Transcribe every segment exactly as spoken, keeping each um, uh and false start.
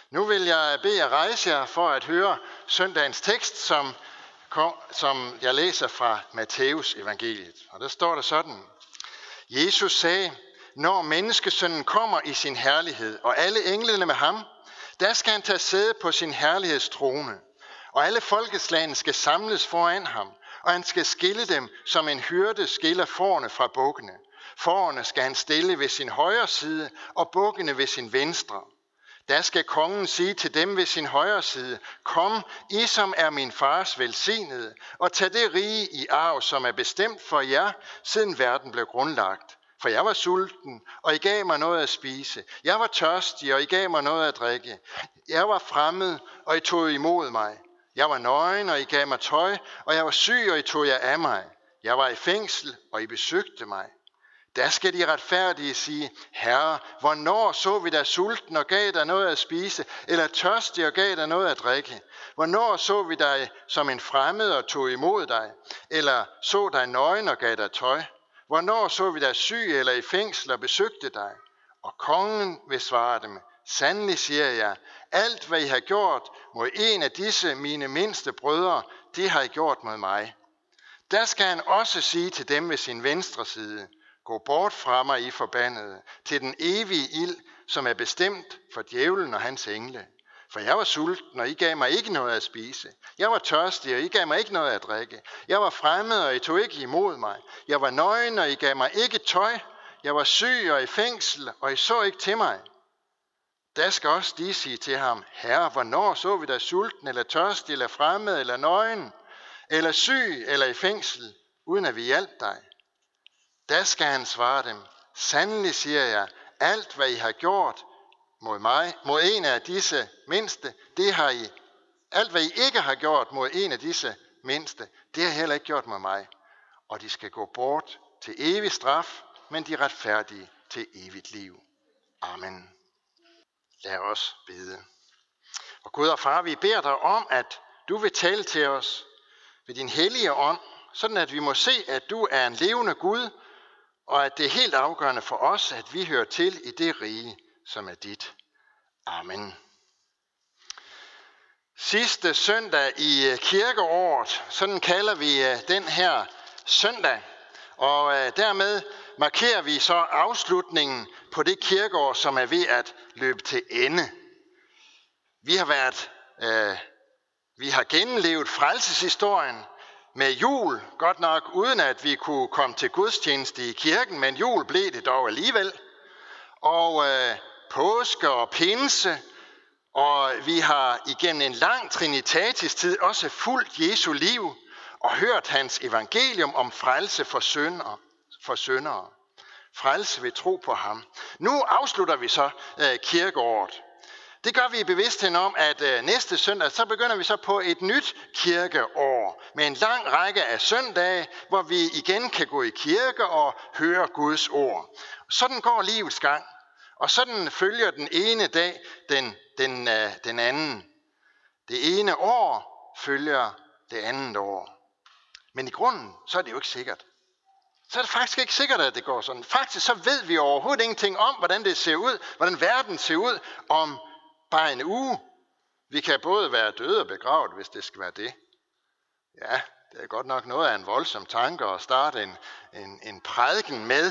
Nu vil jeg bede jer rejse jer for at høre søndagens tekst, som, kom, som jeg læser fra Matteus evangeliet. Og der står der sådan: Jesus sagde, når menneskesønnen kommer i sin herlighed, og alle englene med ham, der skal han tage sæde på sin herlighedstrone, og alle folkeslagene skal samles foran ham, og han skal skille dem, som en hyrde skiller fårene fra bukkene. Fårene skal han stille ved sin højre side, og bukkene ved sin venstre. Der skal kongen sige til dem ved sin højre side, kom, I som er min fars velsignede, og tag det rige i arv, som er bestemt for jer, siden verden blev grundlagt. For jeg var sulten, og I gav mig noget at spise. Jeg var tørstig, og I gav mig noget at drikke. Jeg var fremmed, og I tog imod mig. Jeg var nøgen, og I gav mig tøj, og jeg var syg, og I tog jer af mig. Jeg var i fængsel, og I besøgte mig. Der skal de retfærdige sige, Herre, hvornår så vi dig sulten og gav dig noget at spise, eller tørstig og gav dig noget at drikke? Hvornår så vi dig som en fremmed og tog imod dig, eller så dig nøgen og gav dig tøj? Hvornår så vi dig syg eller i fængsel og besøgte dig? Og kongen vil svare dem, sandelig siger jeg, alt hvad I har gjort mod en af disse mine mindste brødre, det har I gjort mod mig. Der skal han også sige til dem ved sin venstre side, gå bort fra mig, I forbandede, til den evige ild, som er bestemt for djævlen og hans engle. For jeg var sulten, og I gav mig ikke noget at spise. Jeg var tørstig, og I gav mig ikke noget at drikke. Jeg var fremmed, og I tog ikke imod mig. Jeg var nøgen, og I gav mig ikke tøj. Jeg var syg og i fængsel, og I så ikke til mig. Der skal også de sige til ham, Herre, hvornår så vi dig sulten, eller tørstig, eller fremmed, eller nøgen, eller syg, eller i fængsel, uden at vi hjalp dig? Der skal han svare dem, sandelig siger jeg, alt hvad I har gjort mod mig, mod en af disse mindste, det har I, alt hvad I ikke har gjort mod en af disse mindste, det har I heller ikke gjort mod mig. Og de skal gå bort til evig straf, men de retfærdige til evigt liv. Amen. Lad os bede. Og Gud og Far, vi beder dig om, at du vil tale til os ved din hellige ånd, sådan at vi må se, at du er en levende Gud, og at det er helt afgørende for os, at vi hører til i det rige, som er dit. Amen. Sidste søndag i kirkeåret, sådan kalder vi den her søndag, og dermed markerer vi så afslutningen på det kirkeår, som er ved at løbe til ende. Vi har været, øh, vi har gennemlevet frelseshistorien med jul, godt nok uden at vi kunne komme til gudstjeneste i kirken, men jul blev det dog alligevel. Og øh, påske og pinse, og vi har igennem en lang trinitatis tid også fulgt Jesu liv og hørt hans evangelium om frelse for syndere. For syndere. Frelse ved tro på ham. Nu afslutter vi så øh, kirkeåret. Det gør vi i bevidstheden om, at øh, næste søndag, så begynder vi så på et nyt kirkeår med en lang række af søndage, hvor vi igen kan gå i kirke og høre Guds ord. Sådan går livets gang, og sådan følger den ene dag den, den, øh, den anden. Det ene år følger det andet år. Men i grunden, så er det jo ikke sikkert. Så er det faktisk ikke sikkert, at det går sådan. Faktisk så ved vi overhovedet ingenting om, hvordan det ser ud, hvordan verden ser ud om bare en uge. Vi kan både være døde og begravet, hvis det skal være det. Ja, det er godt nok noget af en voldsom tanke at starte en, en, en prædiken med.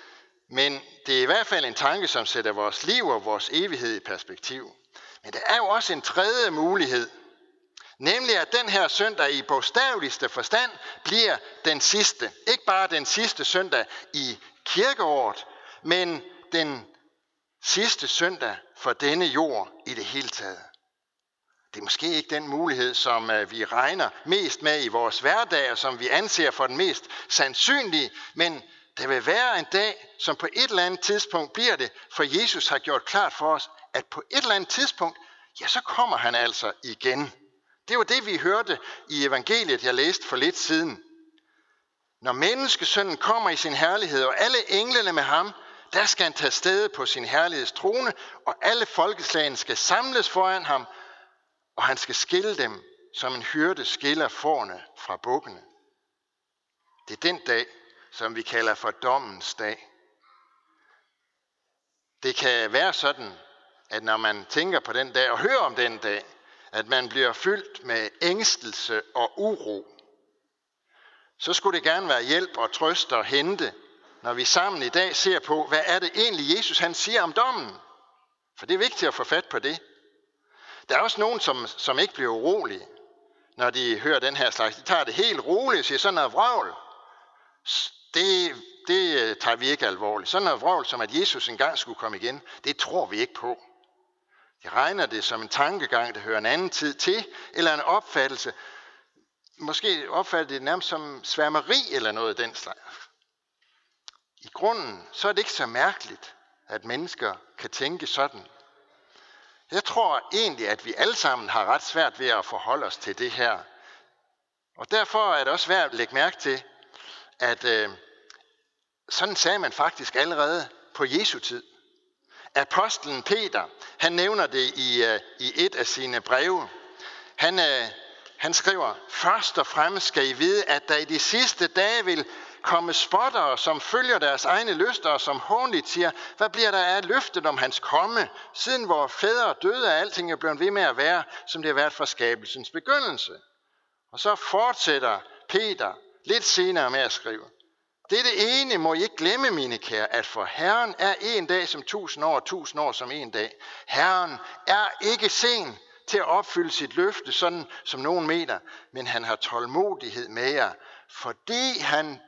Men det er i hvert fald en tanke, som sætter vores liv og vores evighed i perspektiv. Men der er jo også en tredje mulighed. Nemlig at den her søndag i bogstaveligste forstand bliver den sidste. Ikke bare den sidste søndag i kirkeåret, men den sidste søndag for denne jord i det hele taget. Det er måske ikke den mulighed, som vi regner mest med i vores hverdag, og som vi anser for den mest sandsynlige, men der vil være en dag, som på et eller andet tidspunkt bliver det, for Jesus har gjort klart for os, at på et eller andet tidspunkt, ja, så kommer han altså igen. Det var det, vi hørte i evangeliet, jeg læste for lidt siden. Når menneskesønnen kommer i sin herlighed, og alle englene med ham, der skal han tage sted på sin herlighedstrone, og alle folkeslagene skal samles foran ham, og han skal skille dem, som en hyrde skiller fårene fra bukkene. Det er den dag, som vi kalder for dommens dag. Det kan være sådan, at når man tænker på den dag og hører om den dag, at man bliver fyldt med ængstelse og uro, så skulle det gerne være hjælp og trøst og hente, når vi sammen i dag ser på, hvad er det egentlig Jesus han siger om dommen. For det er vigtigt at få fat på det. Der er også nogen, som, som ikke bliver urolige, når de hører den her slags. De tager det helt roligt og siger sådan noget vrøvl. Det, det tager vi ikke alvorligt. Sådan noget vrøvl, som at Jesus engang skulle komme igen, det tror vi ikke på. De regner det som en tankegang, der hører en anden tid til, eller en opfattelse. Måske opfatter det nærmest som sværmeri eller noget af den slags. I grunden, så er det ikke så mærkeligt, at mennesker kan tænke sådan. Jeg tror egentlig, at vi alle sammen har ret svært ved at forholde os til det her. Og derfor er det også værd at lægge mærke til, at øh, sådan sagde man faktisk allerede på Jesu tid. Apostlen Peter, han nævner det i, øh, i et af sine breve. Han, øh, han skriver, først og fremmest skal I vide, at der i de sidste dage vil komme spottere, som følger deres egne lyster, og som hånligt siger, hvad bliver der af løftet om hans komme? Siden vores fædre døde, er alting er blevet ved med at være, som det har været fra skabelsens begyndelse. Og så fortsætter Peter lidt senere med at skrive, dette ene må I ikke glemme, mine kære, at for Herren er en dag som tusind år, tusind år som en dag. Herren er ikke sen til at opfylde sit løfte, sådan som nogen mener, men han har tålmodighed med jer, fordi han,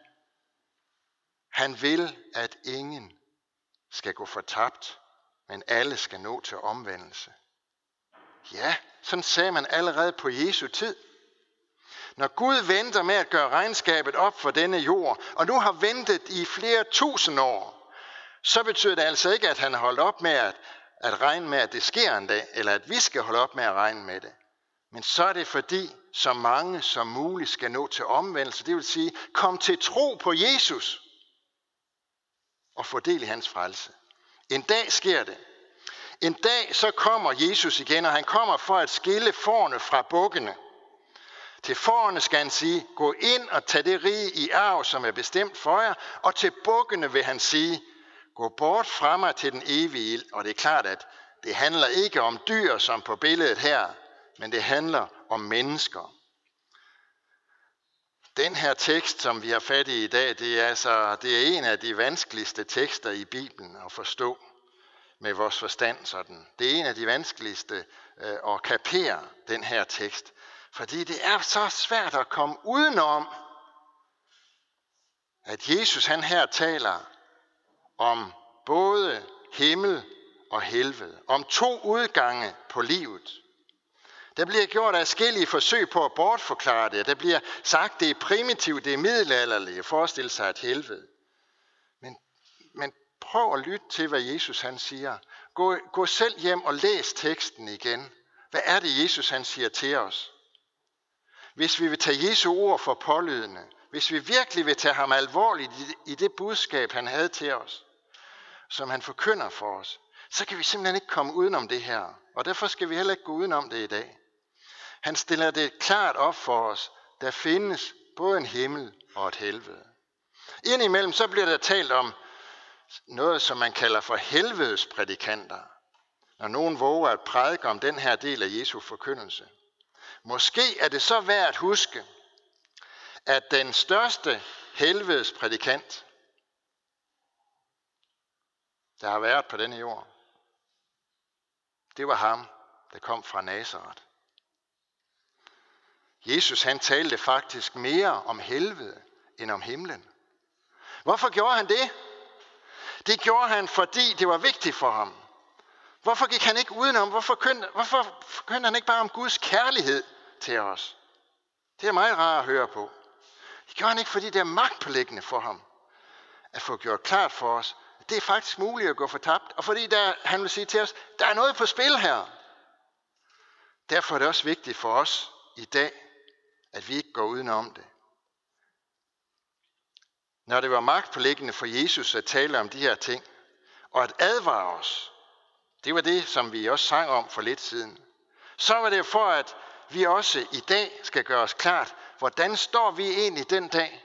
han vil, at ingen skal gå fortabt, men alle skal nå til omvendelse. Ja, sådan sagde man allerede på Jesu tid. Når Gud venter med at gøre regnskabet op for denne jord, og nu har ventet i flere tusind år, så betyder det altså ikke, at han har holdt op med at, at regne med, at det sker en dag, eller at vi skal holde op med at regne med det. Men så er det fordi, så mange som muligt skal nå til omvendelse. Det vil sige, kom til tro på Jesus og få del i hans frelse. En dag sker det. En dag så kommer Jesus igen, og han kommer for at skille fårene fra bukkene. Til fårene skal han sige, gå ind og tag det rige i arv, som er bestemt for jer, og til bukkene vil han sige, gå bort fra mig til den evige ild. Og det er klart, at det handler ikke om dyr, som på billedet her, men det handler om mennesker. Den her tekst, som vi har fat i i dag, det er, altså, det er en af de vanskeligste tekster i Bibelen at forstå med vores forstand. Sådan. Det er en af de vanskeligste øh, at kapere den her tekst. Fordi det er så svært at komme udenom, at Jesus han her taler om både himmel og helvede. Om to udgange på livet. Der bliver gjort adskillige forsøg på at bortforklare det. Der bliver sagt, det er primitivt, det er middelalderligt at forestille sig et helvede. Men, men prøv at lytte til, hvad Jesus han siger. Gå, gå selv hjem og læs teksten igen. Hvad er det, Jesus han siger til os? Hvis vi vil tage Jesu ord for pålydende, hvis vi virkelig vil tage ham alvorligt i det budskab, han havde til os, som han forkynder for os, så kan vi simpelthen ikke komme udenom det her. Og derfor skal vi heller ikke gå udenom det i dag. Han stiller det klart op for os. Der findes både en himmel og et helvede. Indimellem så bliver der talt om noget, som man kalder for helvedes prædikanter. Når nogen våger at prædike om den her del af Jesu forkyndelse. Måske er det så værd at huske, at den største helvedes prædikant, der har været på denne jord, det var ham, der kom fra Nazaret. Jesus han talte faktisk mere om helvede end om himlen. Hvorfor gjorde han det? Det gjorde han, fordi det var vigtigt for ham. Hvorfor gik han ikke udenom? Hvorfor forkyndte, hvorfor forkyndte han ikke bare om Guds kærlighed til os? Det er meget rart at høre på. Det gjorde han ikke, fordi det er magtpåliggende for ham at få gjort klart for os, at det er faktisk muligt at gå fortabt. Og fordi der, han vil sige til os, der er noget på spil her. Derfor er det også vigtigt for os i dag, at vi ikke går udenom det. Når det var magtpåliggende for Jesus at tale om de her ting, og at advare os, det var det, som vi også sang om for lidt siden, så var det for, at vi også i dag skal gøre os klart, hvordan står vi egentlig den dag?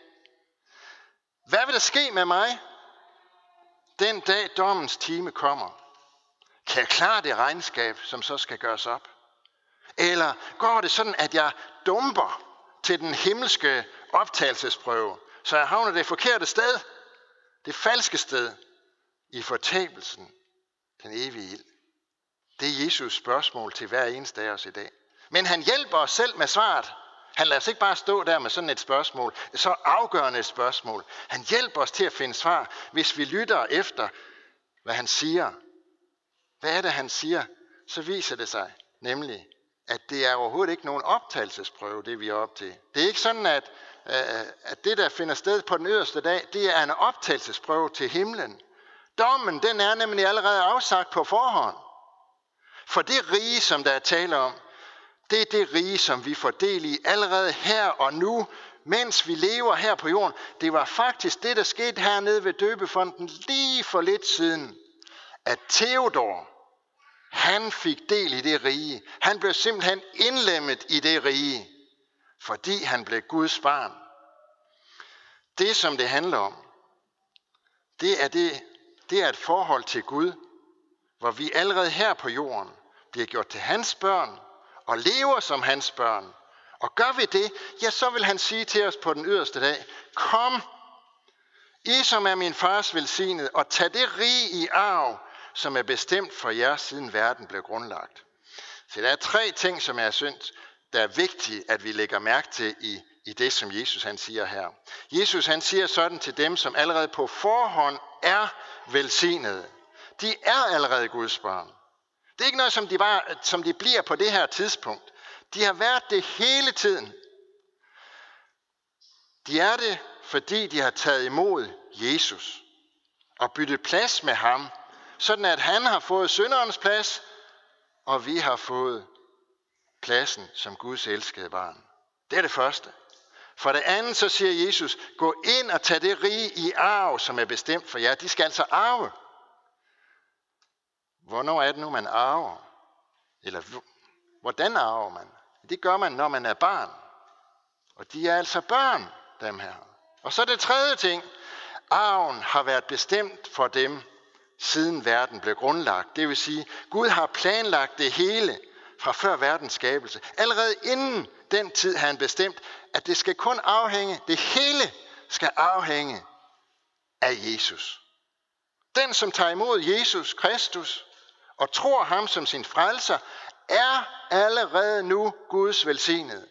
Hvad vil der ske med mig, den dag dommens time kommer? Kan jeg klare det regnskab, som så skal gøres op? Eller går det sådan, at jeg dumper til den himmelske optagelsesprøve, så jeg havner det forkerte sted, det falske sted, i fortabelsen, den evige ild? Det er Jesus spørgsmål til hver eneste af os i dag. Men han hjælper os selv med svaret. Han lader os ikke bare stå der med sådan et spørgsmål, et så afgørende et spørgsmål. Han hjælper os til at finde svar, hvis vi lytter efter, hvad han siger. Hvad er det, han siger? Så viser det sig nemlig, at det er overhovedet ikke nogen optagelsesprøve, det vi er op til. Det er ikke sådan, at, at det, der finder sted på den yderste dag, det er en optagelsesprøve til himlen. Dommen, den er nemlig allerede afsagt på forhånd. For det rige, som der er tale om, det er det rige, som vi får del i allerede her og nu, mens vi lever her på jorden. Det var faktisk det, der skete hernede ved døbefonden lige for lidt siden, at Theodor, han fik del i det rige. Han blev simpelthen indlemmet i det rige, fordi han blev Guds barn. Det, som det handler om, det er, det, det er et forhold til Gud, hvor vi allerede her på jorden bliver gjort til hans børn og lever som hans børn. Og gør vi det, ja, så vil han sige til os på den yderste dag, kom, I som er min fars velsignet, og tag det rige i arv, som er bestemt for jer, siden verden blev grundlagt. Så der er tre ting, som jeg synes, der er vigtigt, at vi lægger mærke til i, i det, som Jesus han siger her. Jesus han siger sådan til dem, som allerede på forhånd er velsignede. De er allerede Guds børn. Det er ikke noget, som de, bare, som de bliver på det her tidspunkt. De har været det hele tiden. De er det, fordi de har taget imod Jesus og byttet plads med ham, sådan at han har fået synderens plads, og vi har fået pladsen som Guds elskede barn. Det er det første. For det andet så siger Jesus, gå ind og tag det rige i arv, som er bestemt for jer. De skal altså arve. Hvornår er det nu, man arver? Eller hvordan arver man? Det gør man, når man er barn. Og de er altså børn, dem her. Og så det tredje ting. Arven har været bestemt for dem, siden verden blev grundlagt. Det vil sige, Gud har planlagt det hele fra før verdens skabelse. Allerede inden den tid har han bestemt, at det skal kun afhænge, det hele skal afhænge af Jesus. Den, som tager imod Jesus Kristus og tror ham som sin frelser, er allerede nu Guds velsignede.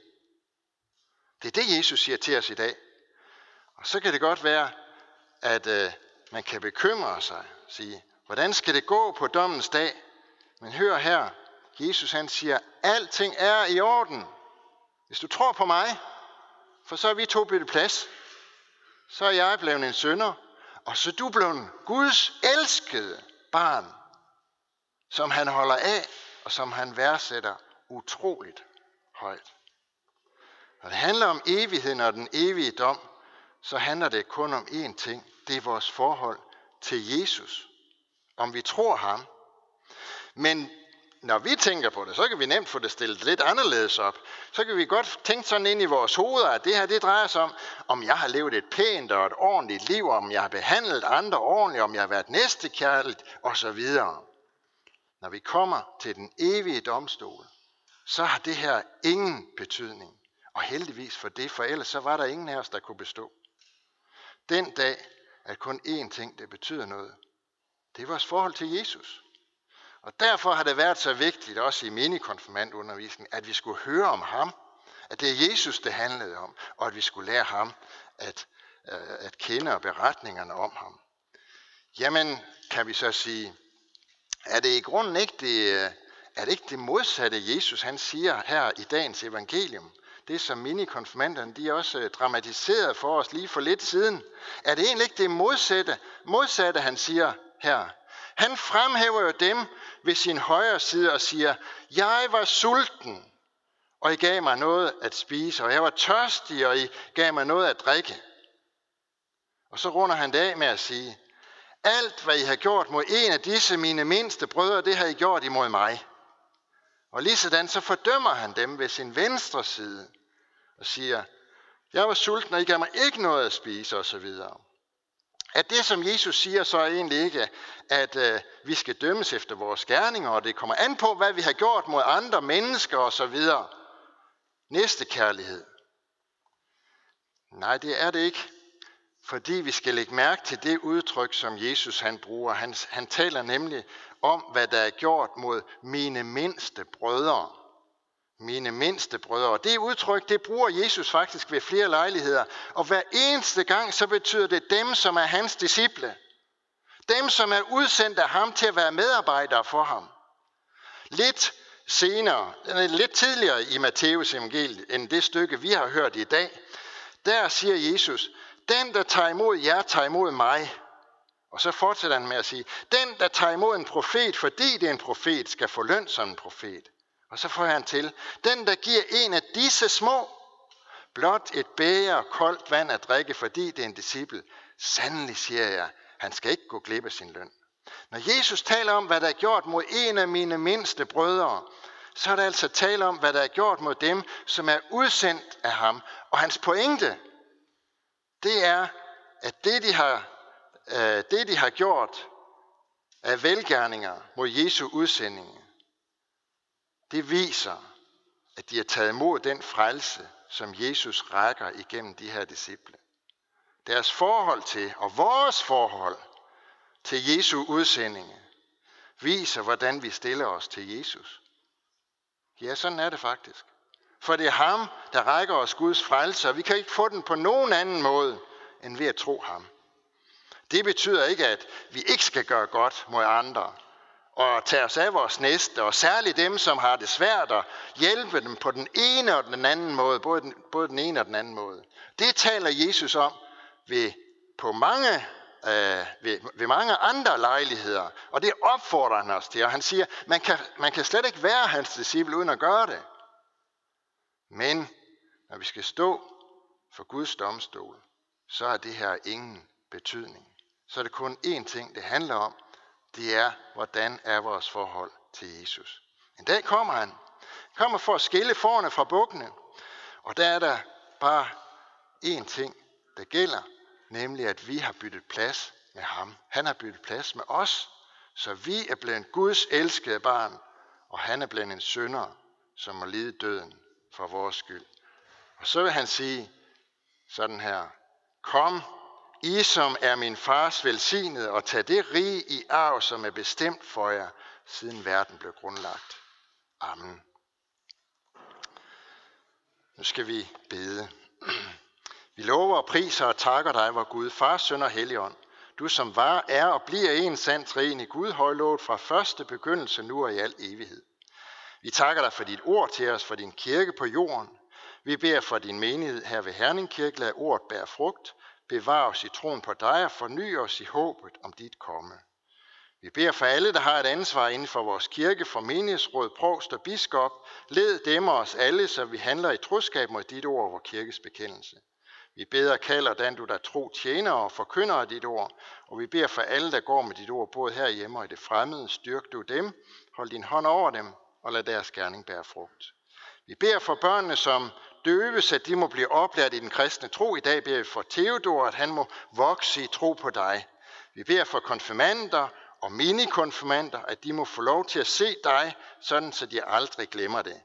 Det er det, Jesus siger til os i dag. Og så kan det godt være, at øh, man kan bekymre sig, sige, hvordan skal det gå på dommens dag? Men hør her, Jesus han siger, alting er i orden. Hvis du tror på mig, for så er vi to byttet plads. Så er jeg blevet en synder, og så er du blevet Guds elskede barn, som han holder af, og som han værdsætter utroligt højt. Når det handler om evigheden og den evige dom, så handler det kun om én ting. Det er vores forhold til Jesus. Om vi tror ham. Men når vi tænker på det, så kan vi nemt få det stillet lidt anderledes op. Så kan vi godt tænke sådan ind i vores hoveder, at det her det drejer sig om, om jeg har levet et pænt og et ordentligt liv, om jeg har behandlet andre ordentligt, om jeg har været næstekærligt osv. Når vi kommer til den evige domstol, så har det her ingen betydning. Og heldigvis for det, for ellers så var der ingen af os, der kunne bestå. Den dag er kun én ting, der betyder noget. Det er vores forhold til Jesus. Og derfor har det været så vigtigt, også i minikonfirmandundervisningen, at vi skulle høre om ham, at det er Jesus, det handlede om, og at vi skulle lære ham at, at kende beretningerne om ham. Jamen, kan vi så sige, er det i grunden ikke det, er det, ikke det modsatte, Jesus han siger her i dagens evangelium? Det, som minikonfirmanderne de også dramatiseret for os lige for lidt siden. Er det egentlig ikke det modsatte, modsatte han siger her? Han fremhæver jo dem ved sin højre side og siger, jeg var sulten, og I gav mig noget at spise, og jeg var tørstig, og I gav mig noget at drikke. Og så runder han det af med at sige, alt hvad I har gjort mod en af disse mine mindste brødre, det har I gjort imod mig. Og lige sådan så fordømmer han dem ved sin venstre side og siger, jeg var sulten, og I gav mig ikke noget at spise osv. At det, som Jesus siger, så er egentlig ikke, at øh, vi skal dømmes efter vores gerninger, og det kommer an på, hvad vi har gjort mod andre mennesker osv. Næste kærlighed. Nej, det er det ikke. Fordi vi skal lægge mærke til det udtryk, som Jesus han bruger. Han, han taler nemlig om, hvad der er gjort mod mine mindste brødre. Mine mindste brødre. Og det udtryk, det bruger Jesus faktisk ved flere lejligheder. Og hver eneste gang, så betyder det dem, som er hans disciple. Dem, som er udsendt af ham til at være medarbejdere for ham. Lidt senere, lidt tidligere i Matteus evangeliet, end det stykke, vi har hørt i dag, der siger Jesus, den, der tager imod jer, tager imod mig. Og så fortsætter han med at sige, den, der tager imod en profet, fordi det er en profet, skal få løn som en profet. Og så får han til, den, der giver en af disse små, blot et bæger koldt vand at drikke, fordi det er en disciple, sandelig siger jeg, han skal ikke gå glip af sin løn. Når Jesus taler om, hvad der er gjort mod en af mine mindste brødre, så er der altså tale om, hvad der er gjort mod dem, som er udsendt af ham. Og hans pointe, det er, at det de har, øh, det, de har gjort af velgerninger mod Jesu udsending, det viser, at de har taget imod den frelse, som Jesus rækker igennem de her disciple. Deres forhold til, og vores forhold til Jesu udsending, viser, hvordan vi stiller os til Jesus. Ja, sådan er det faktisk. For det er ham, der rækker os Guds frelse, og vi kan ikke få den på nogen anden måde, end ved at tro ham. Det betyder ikke, at vi ikke skal gøre godt mod andre, og tage os af vores næste, og særligt dem, som har det svært, og hjælpe dem på den ene og den anden måde, både den, både den ene og den anden måde. Det taler Jesus om ved, på mange, øh, ved, ved mange andre lejligheder, og det opfordrer han os til, og han siger, man kan, man kan slet ikke være hans disciple uden at gøre det. Men når vi skal stå for Guds domstol, så er det her ingen betydning. Så er det kun én ting, det handler om. Det er, hvordan er vores forhold til Jesus. En dag kommer han. Han kommer for at skille fårene fra bukkene. Og der er der bare én ting, der gælder. Nemlig, at vi har byttet plads med ham. Han har byttet plads med os. Så vi er blevet Guds elskede barn. Og han er blevet en synder, som må lide døden for vores skyld. Og så vil han sige sådan her. Kom, I som er min fars velsignede, og tag det rige i arv, som er bestemt for jer, siden verden blev grundlagt. Amen. Nu skal vi bede. Vi lover og priser og takker dig, vor Gud, Far, Søn og Helligånd. Du som var, er og bliver en sand treenig Gud, højlovet fra første begyndelse nu og i al evighed. Vi takker dig for dit ord til os, for din kirke på jorden. Vi beder for din menighed her ved Herning Kirke, lad ordet bære frugt. Bevar os i troen på dig og forny os i håbet om dit komme. Vi beder for alle, der har et ansvar inden for vores kirke, for menighedsråd, provst og biskop. Led dem og os alle, så vi handler i troskab mod dit ord og vor kirkes bekendelse. Vi beder og kalder den, du der tro tjener og forkynder af dit ord. Og vi beder for alle, der går med dit ord, både herhjemme og i det fremmede. Styrk du dem, hold din hånd over dem og lad deres gerning bære frugt. Vi beder for børnene, som døves, at de må blive oplært i den kristne tro. I dag beder vi for Theodor, at han må vokse i tro på dig. Vi beder for konfirmander og minikonfirmander, at de må få lov til at se dig, sådan så de aldrig glemmer det.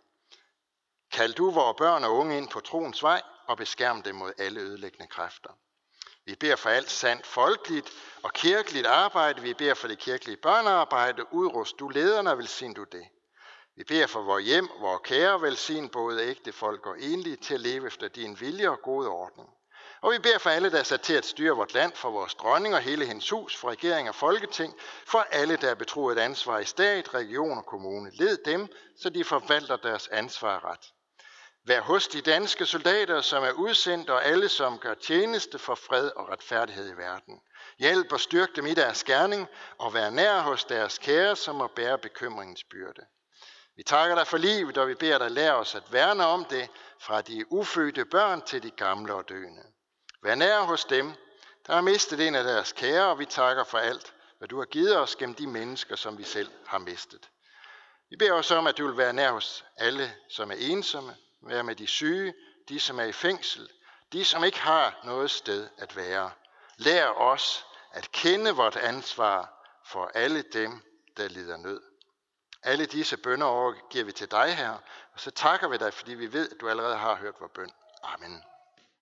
Kald du vores børn og unge ind på troens vej og beskærm dem mod alle ødelæggende kræfter. Vi beder for alt sandt folkeligt og kirkeligt arbejde. Vi beder for det kirkelige børnearbejde. Udrust du lederne og velsign du det. Vi beder for vores hjem, vores kære velsign, både ægte folk og enlige, til at leve efter din vilje og gode ordning. Og vi beder for alle, der er sat til at styre vort land, for vores dronning og hele hendes hus, for regering og folketing, for alle, der er betroet et ansvar i stat, region og kommune. Led dem, så de forvalter deres ansvar ret. Vær hos de danske soldater, som er udsendt, og alle, som gør tjeneste for fred og retfærdighed i verden. Hjælp og styrk dem i deres gerning, og vær nær hos deres kære, som må bære bekymringens byrde. Vi takker dig for livet, og vi beder dig lære os at værne om det, fra de ufødte børn til de gamle og døende. Vær nær hos dem, der har mistet en af deres kære, og vi takker for alt, hvad du har givet os gennem de mennesker, som vi selv har mistet. Vi beder os om, at du vil være nær hos alle, som er ensomme, være med de syge, de som er i fængsel, de som ikke har noget sted at være. Lær os at kende vort ansvar for alle dem, der lider nød. Alle disse bønner overgiver vi til dig, Herre, og så takker vi dig, fordi vi ved, at du allerede har hørt vores bøn. Amen.